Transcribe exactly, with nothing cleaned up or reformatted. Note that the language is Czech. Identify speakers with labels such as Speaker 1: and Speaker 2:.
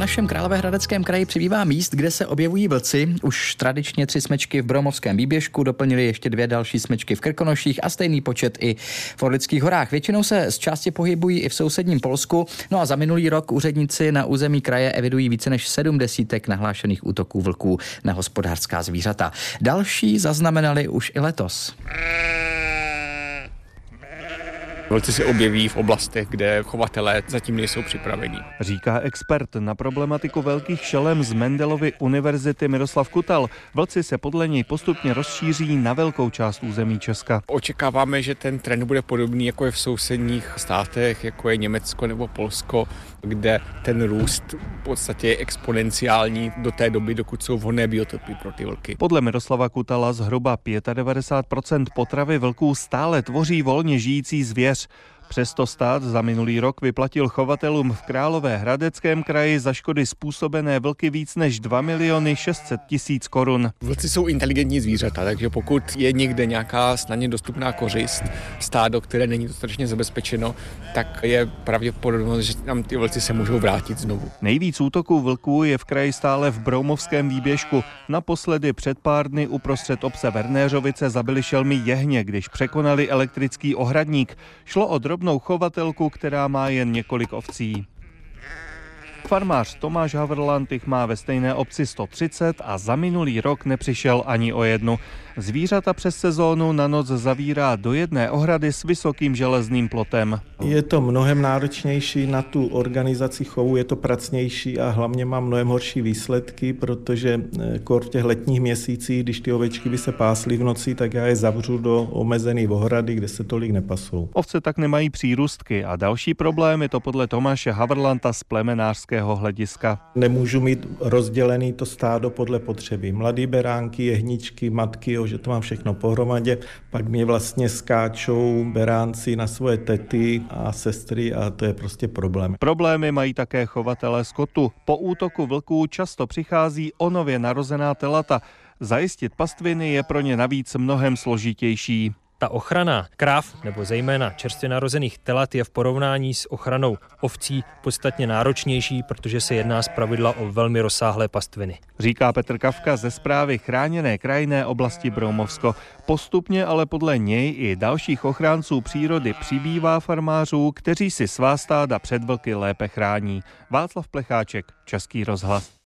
Speaker 1: našem Královéhradeckém kraji přibývá míst, kde se objevují vlci. Už tradičně tři smečky v Broumovském výběžku, doplnili ještě dvě další smečky v Krkonoších a stejný počet i v Orlických horách. Většinou se z části pohybují i v sousedním Polsku. No a za minulý rok úředníci na území kraje evidují více než sedm desítek nahlášených útoků vlků na hospodářská zvířata. Další zaznamenali už i letos.
Speaker 2: Vlci se objeví v oblastech, kde chovatelé zatím nejsou připraveni.
Speaker 3: Říká expert na problematiku velkých šelem z Mendelovy univerzity Miroslav Kutal. Vlci se podle něj postupně rozšíří na velkou část území Česka.
Speaker 2: Očekáváme, že ten trend bude podobný, jako je v sousedních státech, jako je Německo nebo Polsko, kde ten růst v podstatě je exponenciální do té doby, dokud jsou vhodné biotopy pro ty vlky.
Speaker 3: Podle Miroslava Kutala zhruba devadesát pět procent potravy vlků stále tvoří volně žijící zvěř. Přesto stát za minulý rok vyplatil chovatelům v Královéhradeckém kraji za škody způsobené vlky víc než dva miliony šest set tisíc korun.
Speaker 2: Vlci jsou inteligentní zvířata, takže pokud je někde nějaká snadně dostupná kořist, stádo, které není dostatečně zabezpečeno, tak je pravděpodobnost, že tam ty vlci se můžou vrátit znovu.
Speaker 3: Nejvíc útoků vlků je v kraji stále v Broumovském výběžku. Naposledy před pár dny uprostřed obce Vernéřovice zabili šelmy jehně, když překonali elektrický ohradník. Šlo o drobnou chovatelku, která má jen několik ovcí. Farmář Tomáš Havrlant jich má ve stejné obci sto třicet a za minulý rok nepřišel ani o jednu. Zvířata přes sezónu na noc zavírá do jedné ohrady s vysokým železným plotem.
Speaker 4: Je to mnohem náročnější na tu organizaci chovu, je to pracnější a hlavně má mnohem horší výsledky, protože kor v těch letních měsících, když ty ovečky by se pásly v noci, tak já je zavřu do omezených ohrady, kde se tolik nepasou.
Speaker 3: Ovce tak nemají přírůstky a další problém je to podle Tomáše Havrlanta z plemenářského hlediska.
Speaker 4: Nemůžu mít rozdělený to stádo podle potřeby. Mladý beránky, jehničky, matky, jo, že to mám všechno pohromadě. Pak mě vlastně skáčou beránci na svoje tety a sestry a to je prostě problém.
Speaker 3: Problémy mají také chovatelé skotu. Po útoku vlků často přichází o nově narozená telata. Zajistit pastviny je pro ně navíc mnohem složitější.
Speaker 5: Ta ochrana kráv nebo zejména čerstvě narozených telat je v porovnání s ochranou ovcí podstatně náročnější, protože se jedná zpravidla o velmi rozsáhlé pastviny.
Speaker 3: Říká Petr Kavka ze správy chráněné krajinné oblasti Broumovsko. Postupně ale podle něj i dalších ochránců přírody přibývá farmářů, kteří si svá stáda před vlky lépe chrání. Václav Plecháček, Český rozhlas.